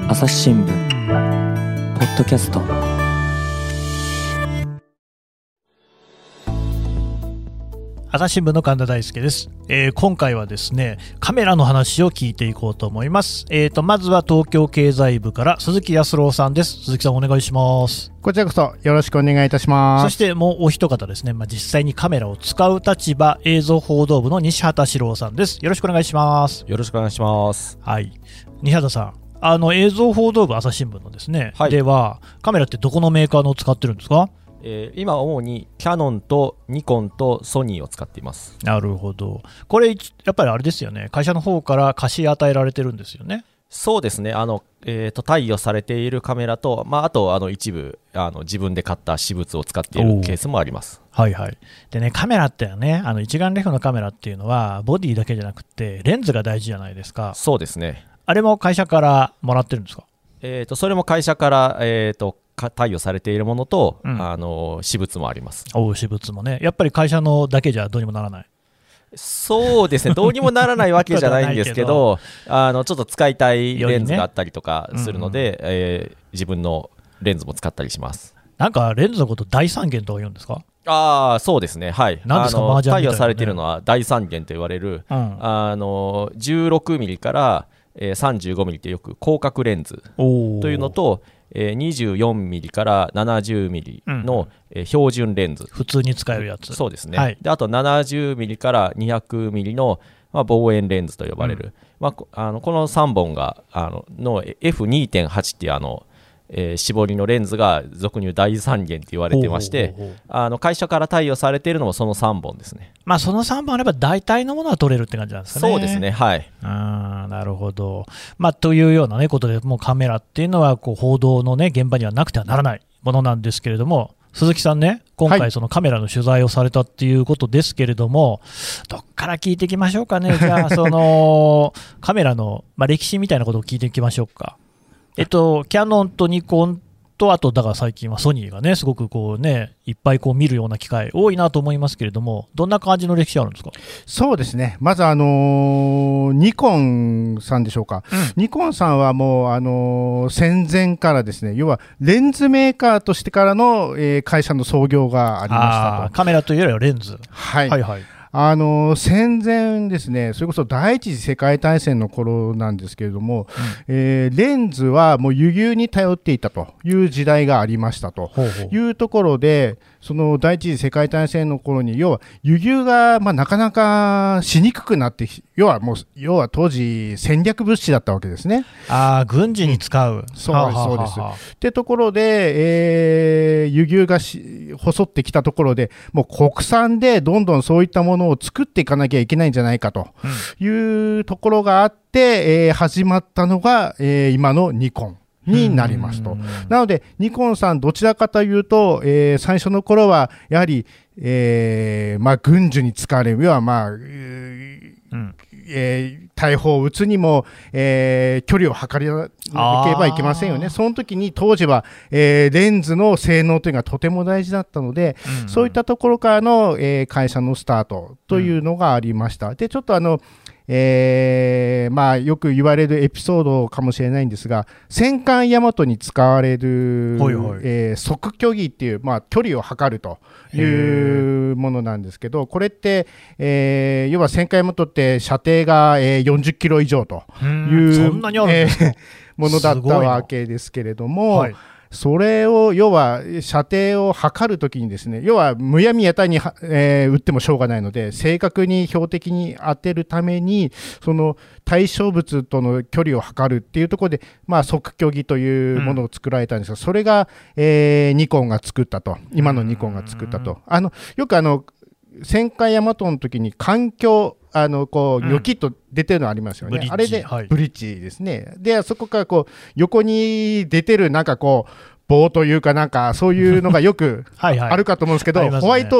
朝日新聞ポッドキャスト。 朝日新聞の神田大輔です。今回はですね、カメラの話を聞いていこうと思います。まずは東京経済部から鈴木康郎さんです。鈴木さんお願いします。 こちらこそよろしくお願いいたします。 そしてもうお一方ですね、実際にカメラを使う立場、映像報道部の西畑史郎さんです。よろしくお願いします。 よろしくお願いします。 はい。西畑さん、映像報道部朝日新聞のですね、 はい、ではカメラってどこのメーカーのを使ってるんですか？ 今主にキヤノンとニコンとソニーを使っています。 なるほど。これやっぱりあれですよね、会社の方から貸し与えられてるんですよね。 そうですね、貸与されているカメラと、あと一部自分で買った私物を使っているケースもあります。 はいはい。でね、カメラってね、一眼レフのカメラっていうのはボディだけじゃなくてレンズが大事じゃないですか。 そうですね。 あれも会社からもらってるんですか？ それも会社から貸与されているものと、私物もあります。 私物もね、やっぱり会社のだけじゃどうにもならない。 そうですね、どうにもならないわけじゃないんですけどちょっと使いたいレンズがあったりとかするので、自分のレンズも使ったりします。 なんかレンズのこと大三元とか言うんですか？ そうですね、はい。 何ですか？麻雀みたいなね。 貸与されているのは大三元と言われる、16ミリから35ミリってよく広角レンズというのと、24ミリから70ミリの標準レンズ、 普通に使えるやつ。 そうですね、 はい、 であと70ミリから200ミリの、望遠レンズと呼ばれる、この3本がの F2.8 っていう絞りのレンズが俗に言う大三元と言われてまして、会社から貸与されているのもその3本ですね。 その3本あれば大体のものは取れるって感じなんですかね。 そうですね、はい。 なるほど。というような、ことで、もうカメラっていうのは報道の、現場にはなくてはならないものなんですけれども、鈴木さんね、今回そのカメラの取材をされたっていうことですけれども、どっから聞いていきましょうかね。じゃあそのカメラの、歴史みたいなことを聞いていきましょうか。キヤノンとニコンと、あとだから最近はソニーがね、すごくいっぱい見るような機会多いなと思いますけれども、どんな感じの歴史あるんですか？ そうですね、まずニコンさんでしょうか。ニコンさんはもう戦前からですね、要はレンズメーカーとしてからの、会社の創業がありましたと。 カメラというよりはレンズ。 はいはいはい。 戦前ですね、それこそ第一次世界大戦の頃なんですけれども、レンズはもう輸入に頼っていたという時代がありましたというところで、その第一次世界大戦の頃に要は輸入がなかなかしにくくなって、要は当時戦略物資だったわけですね。 軍事に使う。 そうです。ってところで、輸入が細ってきたところで、もう国産でどんどんそういったものを作っていかなきゃいけないんじゃないかというところがあって、始まったのが、今のニコンになりますと。なのでニコンさんどちらかというと、最初の頃はやはり、軍需に使われる、要は大砲を撃つにも、距離を測りなければいけませんよね。その時に当時は、レンズの性能というのがとても大事だったので、そういったところからの、会社のスタートというのがありました。でちょっとよく言われるエピソードかもしれないんですが、戦艦大和に使われる、測距儀っていう、距離を測るというものなんですけど、これって、要は戦艦大和って射程が、40キロ以上というそんなにあるんですか？ ものだったわけですけれども、それを要は射程を測るときにですね、要はむやみやたに、撃ってもしょうがないので、正確に標的に当てるためにその対象物との距離を測るっていうところで、測距儀というものを作られたんですが、それが、ニコンが作ったと、今のニコンが作ったと。よく戦艦大和の時に環境ニョキッと出てるのありますよね。あれでブリッジですね。でそこから横に出てる棒というかそういうのがよくあるかと思うんですけど、ホワイト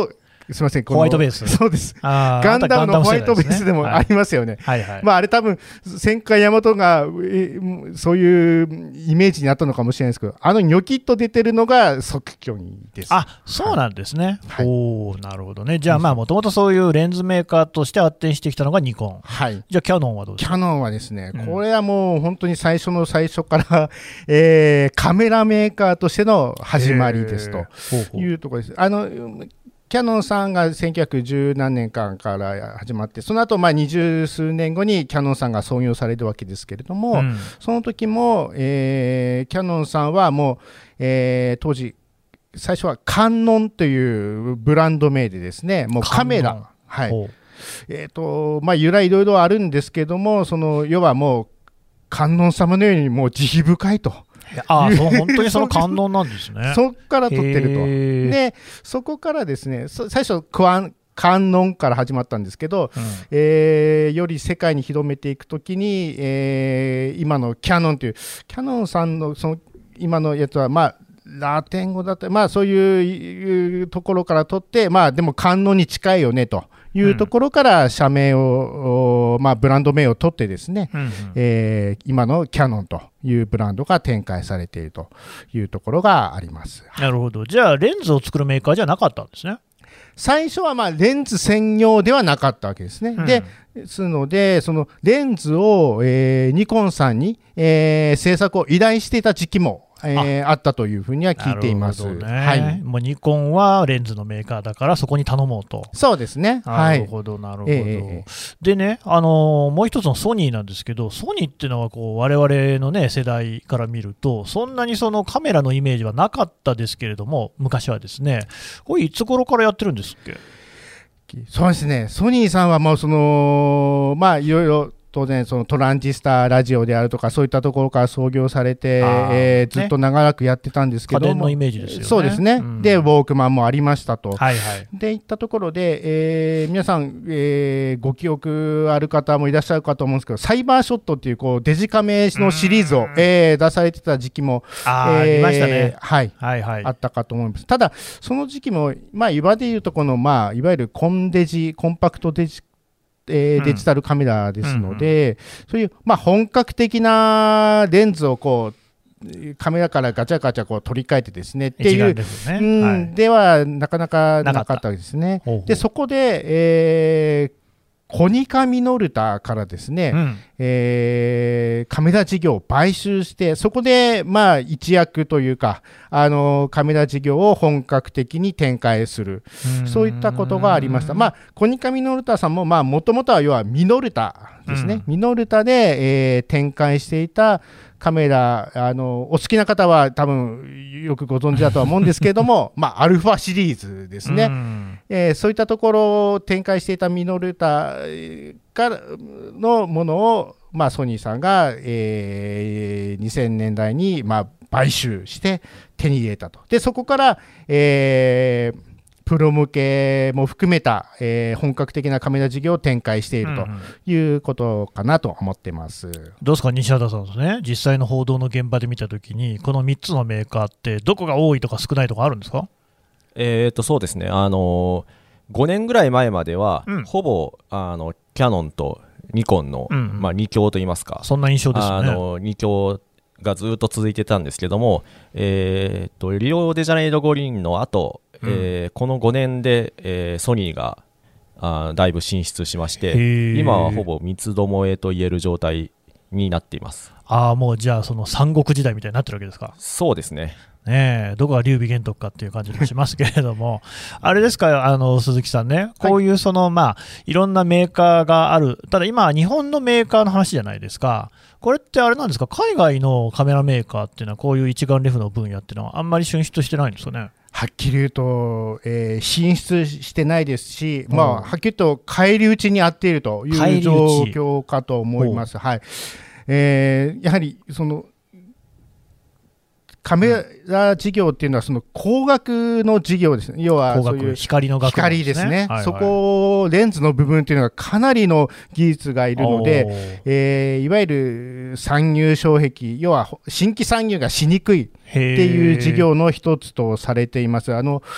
すみません、 ホワイトベース。 そうです。ガンダムのホワイトベースでもありますよね。 はいはい。 まあ、あれ多分、戦艦ヤマトが、そういうイメージになったのかもしれないですけど、ニョキッと出てるのが即興にです。 そうなんですね。 はい、 おー、なるほどね。じゃあ、もともとそういうレンズメーカーとして発展してきたのがニコン。 はい。 じゃあ、キヤノンはどうですか？ キヤノンはですね、これはもう本当に最初の最初から、カメラメーカーとしての始まりですというところです。キヤノンさんが1910何年間から始まって、その後20数年後にキヤノンさんが創業されるわけですけれども、その時も、キヤノンさんはもう、当時、最初は観音というブランド名でですね、もうカメラ、はい、由来いろいろあるんですけども、要はもう観音様のようにもう慈悲深いと。 本当にその観音なんですね。 そこから撮ってると。で、そこからですね、最初観音から始まったんですけど、より世界に広めていくときに、今のキヤノンという、キヤノンさんのその今のやつは、ラテン語だったり、そういうところから取って、でも観音に近いよねというところから社名を、ブランド名を取ってですね、今のキヤノンというブランドが展開されているというところがあります。 なるほど。じゃあレンズを作るメーカーじゃなかったんですね。 最初はレンズ専業ではなかったわけですね。ですので、そのレンズを、ニコンさんに、制作を依頼していた時期もあったというふうには聞いています。 はい、もうニコンはレンズのメーカーだからそこに頼もうと。 そうですね。 なるほどなるほど。でね、もう一つのソニーなんですけど、ソニーっていうのは我々のね世代から見るとそんなにそのカメラのイメージはなかったですけれども、昔はですね、これいつ頃からやってるんですっけ？ そうですね。ソニーさんはもういろいろ当然そのトランジスタラジオであるとかそういったところから創業されて、ずっと長らくやってたんですけども、 家電のイメージですよね。 そうですね、でウォークマンもありましたと、でいったところで、皆さん、ご記憶ある方もいらっしゃるかと思うんですけど、サイバーショットっていうデジカメのシリーズを、出されてた時期もありましたね。 あったかと思います。ただその時期も今でいうといわゆるコンパクトデジデジタルカメラですので、そういう本格的なレンズをカメラからガチャガチャ取り替えてですねっていうではなかなかなかったわけですね。でそこで、コニカミノルタからですね、カメラ事業を買収して、そこで一躍というかカメラ事業を本格的に展開する、そういったことがありました。コニカミノルタさんももともとは要はミノルタですね、ミノルタで、展開していたカメラ、お好きな方は多分よくご存知だとは思うんですけれどもアルファシリーズですね、そういったところを展開していたミノルタからのものを、ソニーさんが、2000年代に、買収して手に入れたと。でそこから、プロ向けも含めた、本格的なカメラ事業を展開しているということかなと思ってます。 どうですか、西畑さんですね、実際の報道の現場で見たときにこの3つのメーカーってどこが多いとか少ないとかあるんですか？ そうですね、5年ぐらい前までは、ほぼキヤノンとニコンの、2強といいますか、 そんな印象ですよね。 2強がずっと続いてたんですけども、リオデジャネイロ五輪の後、この5年で、ソニーがだいぶ進出しまして、今はほぼ三つどもえと言える状態になっています。 もうじゃあその三国時代みたいになってるわけですか？ そうですね。 どこが劉備玄徳かっていう感じもしますけれどもあれですか、鈴木さんね、こういういろんなメーカーがある、ただ今日本のメーカーの話じゃないですか。これってあれなんですか、海外のカメラメーカーっていうのはこういう一眼レフの分野っていうのはあんまり進出してないんですかね？ はっきり言うと、進出してないですし、はっきり言うと返り討ちにあっているという状況かと思います。やはりそのカメラ事業っていうのはその光学の事業ですね。要はそういう光の学問ですね。 そこをレンズの部分っていうのがかなりの技術がいるので、いわゆる参入障壁、要は新規参入がしにくいっていう事業の一つとされています。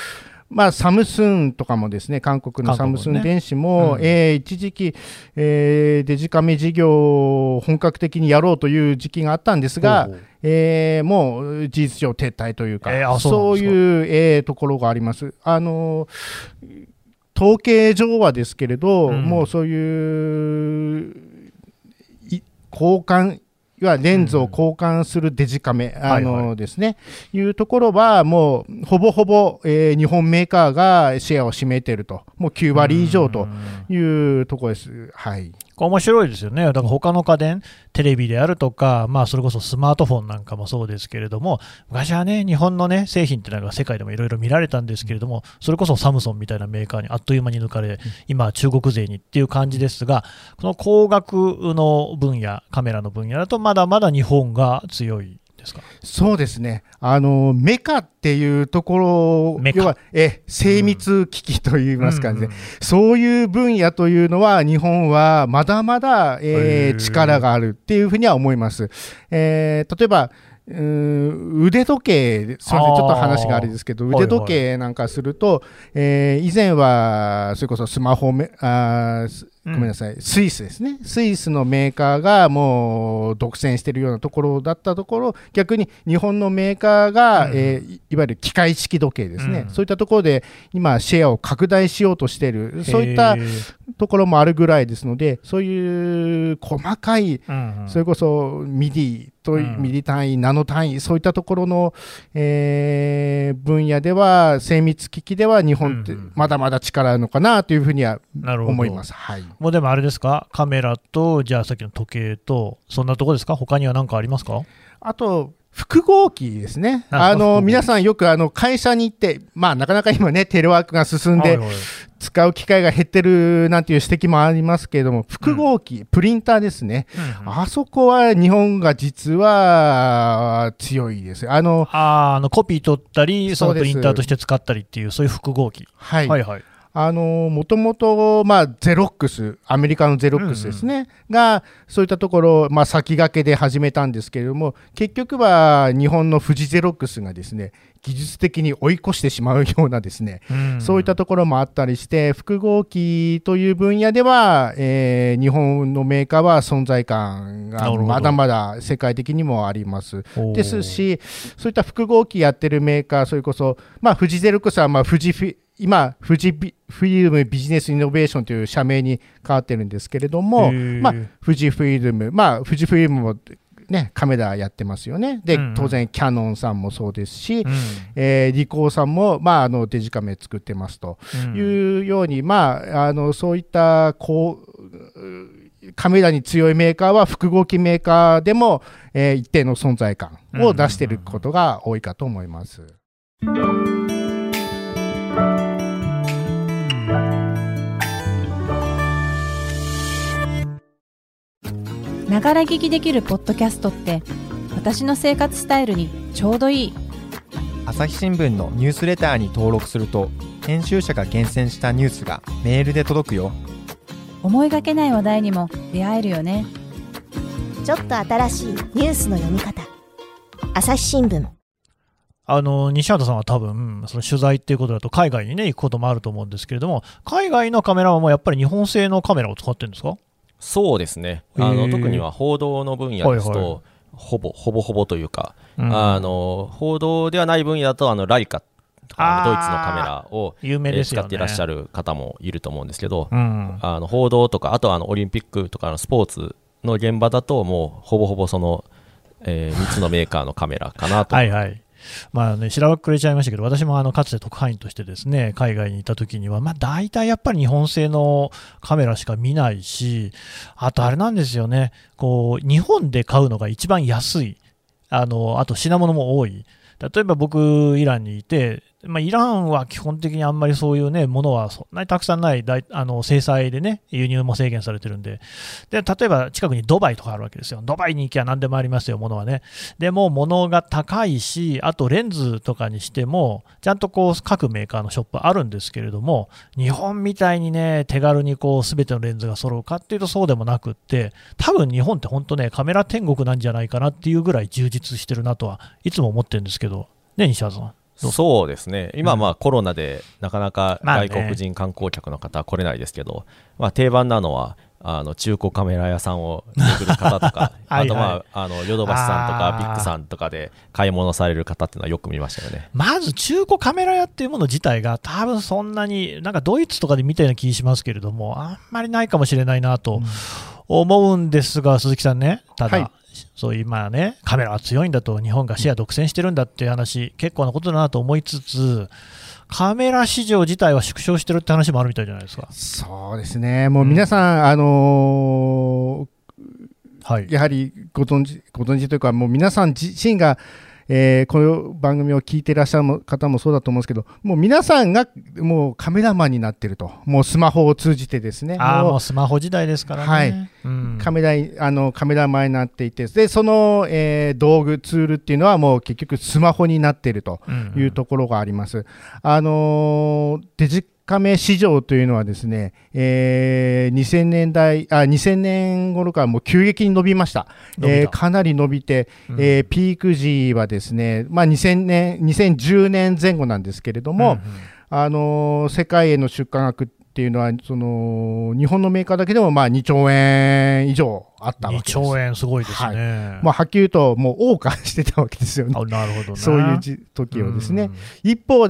サムスンとかもですね、韓国のサムスン電子も、一時期、デジカメ事業を本格的にやろうという時期があったんですが、もう事実上撤退というか、そういう、ところがあります。統計上はですけれど、もうそういう交換、いわゆるレンズを交換するデジカメ、ですね、いうところは、もうほぼほぼ、日本メーカーがシェアを占めていると、もう9割以上というところです。はい。 面白いですよね。だから他の家電、テレビであるとか、それこそスマートフォンなんかもそうですけれども、昔はね、日本のね、製品っていうのが世界でもいろいろ見られたんですけれども、それこそサムソンみたいなメーカーにあっという間に抜かれ、今は中国勢にっていう感じですが、この光学の分野、カメラの分野だとまだまだ日本が強い。 そうですね、メカっていうところ、要は精密機器といいますかね、そういう分野というのは、日本はまだまだ、力があるっていうふうには思います。例えば腕時計、ちょっと話があれですけど、腕時計なんかすると、以前はそれこそスマホごめんなさい、スイスですね、スイスのメーカーがもう独占しているようなところだったところ、逆に日本のメーカーが、いわゆる機械式時計ですね、そういったところで今、シェアを拡大しようとしている、そういったところもあるぐらいですので、そういう細かい、それこそミディ単位、ナノ単位、そういったところの、分野では、精密機器では日本ってまだまだ力あるのかなというふうには思います。はい。 もうでもあれですか、カメラと、じゃあさっきの時計と、そんなところですか、他には何かありますか？ あと、複合機ですね。皆さんよく会社に行って、なかなか今ね、テレワークが進んで、使う機会が減ってるなんていう指摘もありますけれども、複合機、プリンターですね。あそこは日本が実は強いです。 コピー取ったり、そのプリンターとして使ったりっていう、そういう複合機。 はい。もともと、ゼロックス、アメリカのゼロックスですね、が、そういったところ、先駆けで始めたんですけれども、結局は日本の富士ゼロックスがですね、技術的に追い越してしまうようなですね、そういったところもあったりして、複合機という分野では、日本のメーカーは存在感がまだまだ世界的にもあります。ですし、そういった複合機やってるメーカー、それこそ、富士ゼロックスは今、富士フィルムビジネスイノベーションという社名に変わってるんですけれども、富士フィルム、富士フィルムもね、カメラやってますよね。で、当然キヤノンさんもそうですし、リコーさんも、デジカメ作ってますというように、そういったカメラに強いメーカーは複合機メーカーでも、一定の存在感を出していることが多いかと思います。 ながら聞きできるポッドキャストって私の生活スタイルにちょうどいい。 朝日新聞のニュースレターに登録すると編集者が厳選したニュースがメールで届くよ。 思いがけない話題にも出会えるよね。 ちょっと新しいニュースの読み方。朝日新聞。 西畑さんは多分その取材っていうことだと海外にね行くこともあると思うんですけれども、海外のカメラはもうやっぱり日本製のカメラを使ってるんですか？ そうですね。特には報道の分野ですと、ほぼというか、報道ではない分野だとライカとかドイツのカメラを使っていらっしゃる方もいると思うんですけど、報道とかあとはオリンピックとかのスポーツの現場だともうほぼその、3つのメーカーのカメラかなと。 はいはい。しらばっくれちゃいましたけど、私もかつて特派員としてですね、海外にいた時には、大体やっぱり日本製のカメラしか見ないし、あとあれなんですよね、日本で買うのが一番安い、あと品物も多い。例えば僕、イランにいて、イランは基本的にあんまりそういうね、ものはそんなにたくさんない、制裁でね、輸入も制限されてるんで、例えば近くにドバイとかあるわけですよ。ドバイに行きゃ何でもありますよ、ものはね。でも、物が高いし、あとレンズとかにしても、ちゃんと各メーカーのショップあるんですけれども、日本みたいにね、手軽に全てのレンズが揃うかっていうとそうでもなくって、多分日本って本当ね、カメラ天国なんじゃないかなっていうぐらい充実してるなとはいつも思ってるんですけど、ね、西原さん。 そうですね、今、コロナでなかなか外国人観光客の方は来れないですけど、定番なのは中古カメラ屋さんを巡る方とかあとヨドバシさんとかビッグさんとかで買い物される方っていうのはよく見ましたよね。 まず中古カメラ屋っていうもの自体が多分そんなになんかドイツとかで見たような気しますけれども、あんまりないかもしれないなと思うんですが、鈴木さんね、ただ、そういう今ねカメラは強いんだと、日本がシェア独占してるんだっていう話、結構なことだなと思いつつ、カメラ市場自体は縮小してるって話もあるみたいじゃないですか。 そうですね、もう皆さん、やはりご存知というか、もう皆さん自身が、この番組を聞いていらっしゃる方もそうだと思うんですけど、もう皆さんがもうカメラマンになっていると、もうスマホを通じてですね、 もうスマホ時代ですからね、 カメラマンになっていて、でその、道具ツールっていうのはもう結局スマホになっているというところがあります。デジカメ市場というのはですね、2000年頃からもう急激に伸びました。かなり伸びて、ピーク時はですね、2010年前後なんですけれども、世界への出荷額っていうのはその日本のメーカーだけでも2兆円以上あったわけです。 2兆円すごいですね。 はっきり言うともう謳歌してたわけですよね。 なるほどね。 そういう時をですね。一方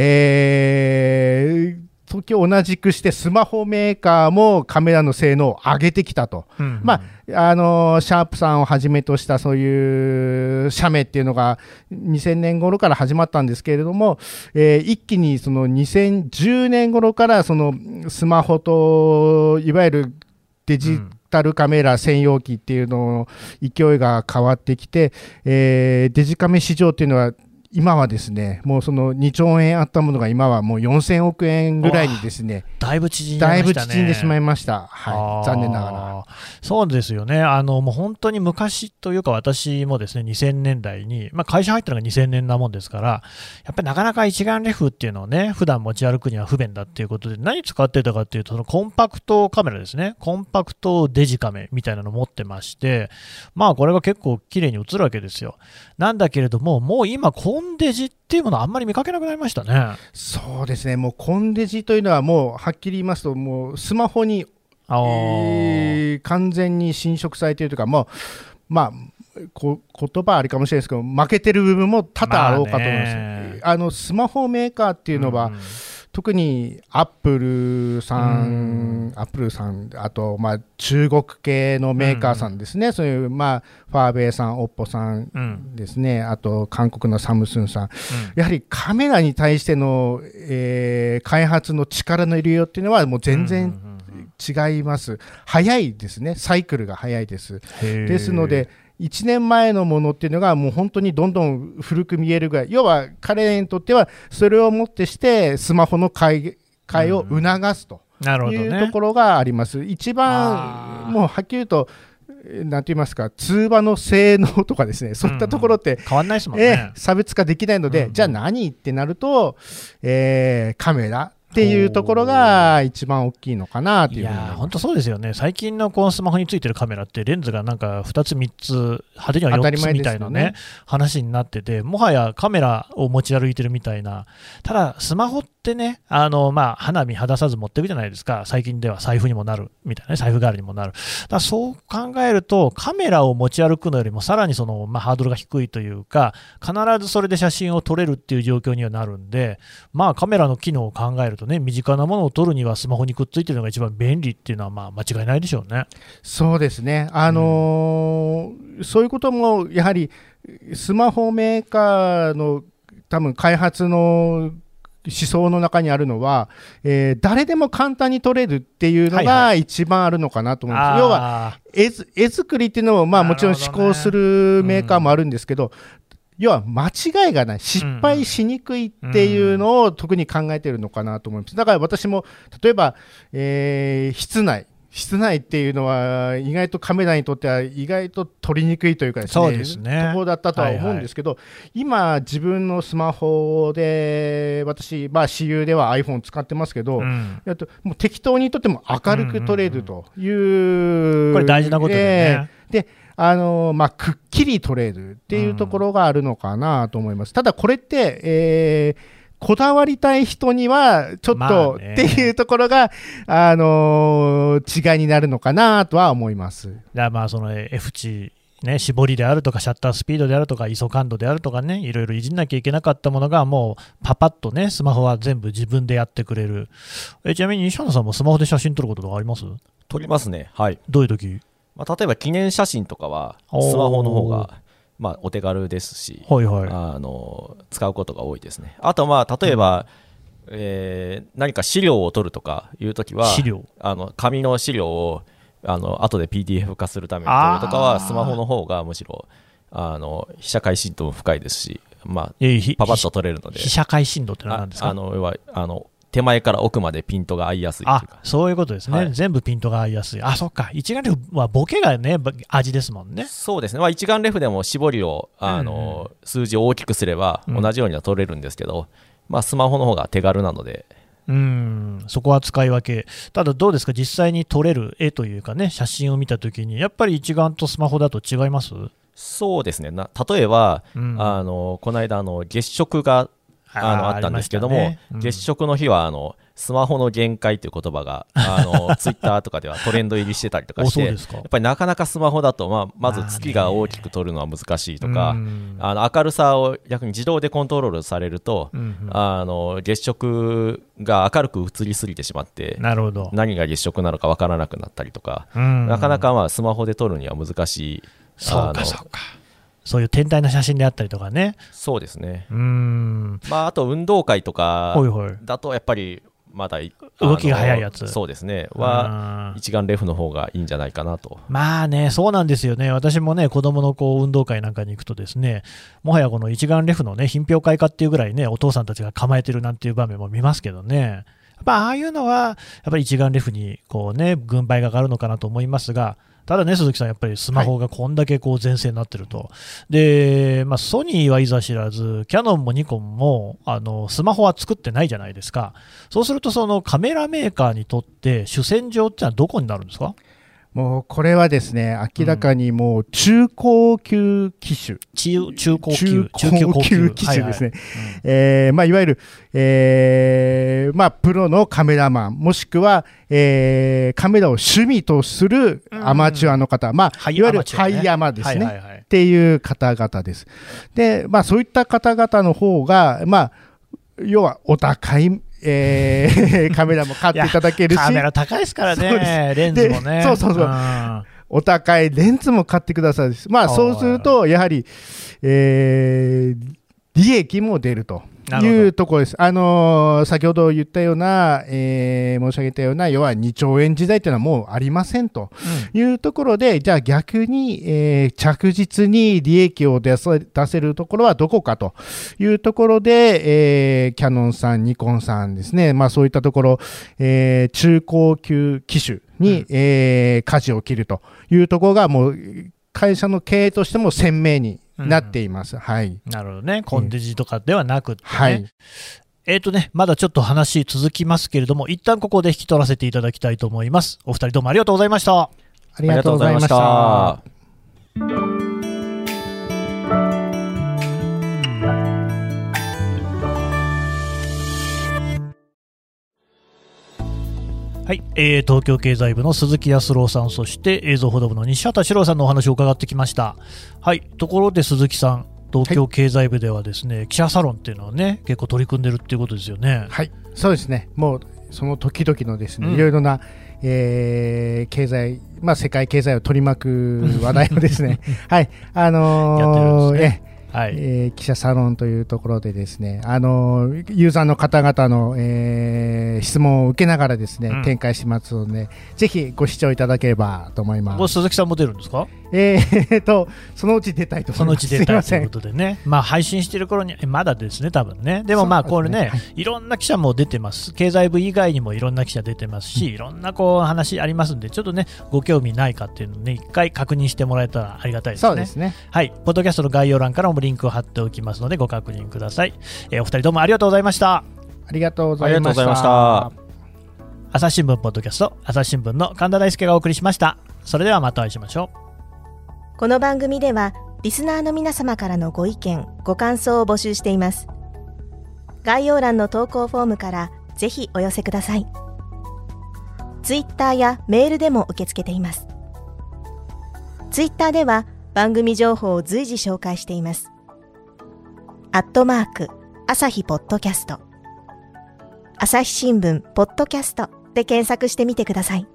で、時を同じくしてスマホメーカーもカメラの性能を上げてきたと、シャープさんをはじめとしたそういう写メっていうのが2000年頃から始まったんですけれども、一気にその2010年頃からそのスマホといわゆるデジタルカメラ専用機っていうのの勢いが変わってきて、デジカメ市場っていうのは今はですね、もうその2兆円あったものが今はもう4000億円ぐらいにですね、 だいぶ縮んでしまいました。残念ながら。 そうですよね。もう本当に昔というか、私もですね、2000年代に、会社入ったのが2000年なもんですから、やっぱりなかなか一眼レフっていうのをね、普段持ち歩くには不便だっていうことで、何使ってたかっていうと、そのコンパクトカメラですね、コンパクトデジカメみたいなの持ってまして、これが結構綺麗に映るわけですよ。なんだけれども、もう今コンデジっていうものあんまり見かけなくなりましたね。 そうですね、もうコンデジというのはもうはっきり言いますと、もうスマホに、完全に侵食されているというか、言葉あれかもしれないですけど、負けてる部分も多々あろうかと思います。スマホメーカーっていうのは、特にアップルさん、あと中国系のメーカーさんですね、そういうファーウェイさん、オッポさんですね、あと韓国のサムスンさん、やはりカメラに対しての、開発の力の入れようっていうのはもう全然違います。早いですね、サイクルが早いです。ですので1年前のものっていうのがもう本当にどんどん古く見えるぐらい、要は彼にとってはそれをもってしてスマホの買いを促すというところがあります。一番もうはっきり言うとなんて言いますか、通話の性能とかですね、そういったところって変わんないですもんね。 差別化できないので、じゃあ何ってなると、カメラっていうところが一番大きいのかなというふうに思います。 本当そうですよね。最近のこのスマホについてるカメラってレンズがなんか2つ3つ派手には4つみたいなね話になってて、もはやカメラを持ち歩いてるみたいな。ただスマホってね、花火離さず持っていくじゃないですか。最近では財布にもなるみたいなね、財布代わりにもなる。だからそう考えるとカメラを持ち歩くのよりもさらにその、ハードルが低いというか、必ずそれで写真を撮れるっていう状況にはなるんで、カメラの機能を考えるとね、身近なものを撮るにはスマホにくっついてるのが一番便利っていうのは間違いないでしょうね。 そうですね。そういうこともやはりスマホメーカーの多分開発の思想の中にあるのは、誰でも簡単に撮れるっていうのが一番あるのかなと思うんです。要は絵作りっていうのももちろん試行するメーカーもあるんですけど、要は間違いがない、失敗しにくいっていうのを特に考えているのかなと思います。だから私も例えば、室内っていうのは意外とカメラにとっては意外と撮りにくいというかですね、 そうですね、 ところだったとは思うんですけど、今自分のスマホで私、私有では iPhone 使ってますけど、もう適当に撮っても明るく撮れるという、 これ大事なことでね。 でくっきり取れるっていうところがあるのかなと思います。ただこれって、こだわりたい人にはちょっとっていうところが、違いになるのかなとは思います。 その F 値ね、絞りであるとかシャッタースピードであるとか ISO 感度であるとかね、いろいろいじんなきゃいけなかったものがもうパパッとね、スマホは全部自分でやってくれる。ちなみに西原さんもスマホで写真撮ることとかあります？ 撮りますね。はい。 どういう時？ 例えば記念写真とかはスマホの方がお手軽ですし、 はいはい、 使うことが多いですね。あと例えば、何か資料を撮るとかいうときは紙の資料を後で PDF 化するために撮るとかはスマホの方がむしろ被写界深度も深いですし、パパッと撮れるので。 被写界深度って何ですか？ 手前から奥までピントが合いやすいというか。 そういうことですね、はい、全部ピントが合いやすい。そっか、一眼レフはボケがね味ですもんね。 そうですね、一眼レフでも絞りを数字を大きくすれば同じようには撮れるんですけど、スマホの方が手軽なので、 そこは使い分け。ただどうですか、実際に撮れる絵というかね、写真を見たときにやっぱり一眼とスマホだと違います？ そうですね。例えば、この間月食があったんですけども、月食の日はスマホの限界という言葉がツイッターとかではトレンド入りしてたりとかして、やっぱりなかなかスマホだと、まず月が大きく撮るのは難しいとか、明るさを逆に自動でコントロールされると、月食が明るく映りすぎてしまって、何が月食なのか分からなくなったりとか、なかなかスマホで撮るには難しい。 そうかそういう天体の写真であったりとかね。 そうですね。あと運動会とかだとやっぱりまだ動きが速いやつ、 そうですね、は一眼レフの方がいいんじゃないかなと。 そうなんですよね。私もね、子供の運動会なんかに行くとですね、もはやこの一眼レフのね、品評会化っていうぐらいね、お父さんたちが構えてるなんていう場面も見ますけどね。やっぱああいうのはやっぱり一眼レフに軍配が上がるのかなと思いますが、ただね、鈴木さん、やっぱりスマホがこんだけ前線になってると、でソニーはいざ知らず、キヤノンもニコンもスマホは作ってないじゃないですか。そうすると、そのカメラメーカーにとって、主戦場ってのはどこになるんですか？ もうこれはですね、明らかにもう中高級機種、 中高級機種ですね。いわゆる、プロのカメラマン、もしくは、カメラを趣味とするアマチュアの方、いわゆるハイアマですね、っていう方々です。で、そういった方々の方が、要はお高いカメラも買っていただけるし、 カメラ高いですからね、レンズもね。 お高いレンズも買ってください。そうすると、やはり、利益も出るというところです。先ほど言ったような、申し上げたような、要は2兆円時代というのはもうありませんというところで、じゃあ逆に、着実に利益を出せるところはどこかというところで、キヤノンさん、ニコンさんですね、そういったところ、中高級機種に、舵を切るというところが、もう会社の経営としても鮮明になっています。 なるほどね。コンデジとかではなくってね。まだちょっと話続きますけれども、一旦ここで引き取らせていただきたいと思います。お二人どうもありがとうございました。 ありがとうございました。 はい、東京経済部の鈴木康郎さん、そして映像報道部の西畑史郎さんのお話を伺ってきました。はい、ところで鈴木さん、東京経済部ではですね、記者サロンっていうのはね、結構取り組んでるっていうことですよね。 はい、そうですね。もうその時々のですね、いろいろな、経済、世界経済を取り巻く話題をですね、はい、 やってるんですね。 記者サロンというところでですね、ユーザーの方々の、質問を受けながらですね、展開しますので、ぜひご視聴いただければと思います。 鈴木さんも出るんですか？ そのうち出たいと思います。 そのうち出たいということでね、配信している頃にまだですね、多分ね。でもこれね、いろんな記者も出てます。経済部以外にもいろんな記者出てますし、いろんな話ありますんで、ちょっとね、ご興味ないかっていうのをね、一回確認してもらえたらありがたいですね。 そうですね。 はい、ポッドキャストの概要欄からもリンクを貼っておきますので、ご確認ください。お二人どうもありがとうございました。 ありがとうございました。 朝日新聞ポッドキャスト、朝日新聞の神田大輔がお送りしました。それではまたお会いしましょう。 この番組ではリスナーの皆様からのご意見、ご感想を募集しています。概要欄の投稿フォームからぜひお寄せください。ツイッターやメールでも受け付けています。ツイッターでは番組情報を随時紹介しています。@朝日ポッドキャスト、朝日新聞ポッドキャストで検索してみてください。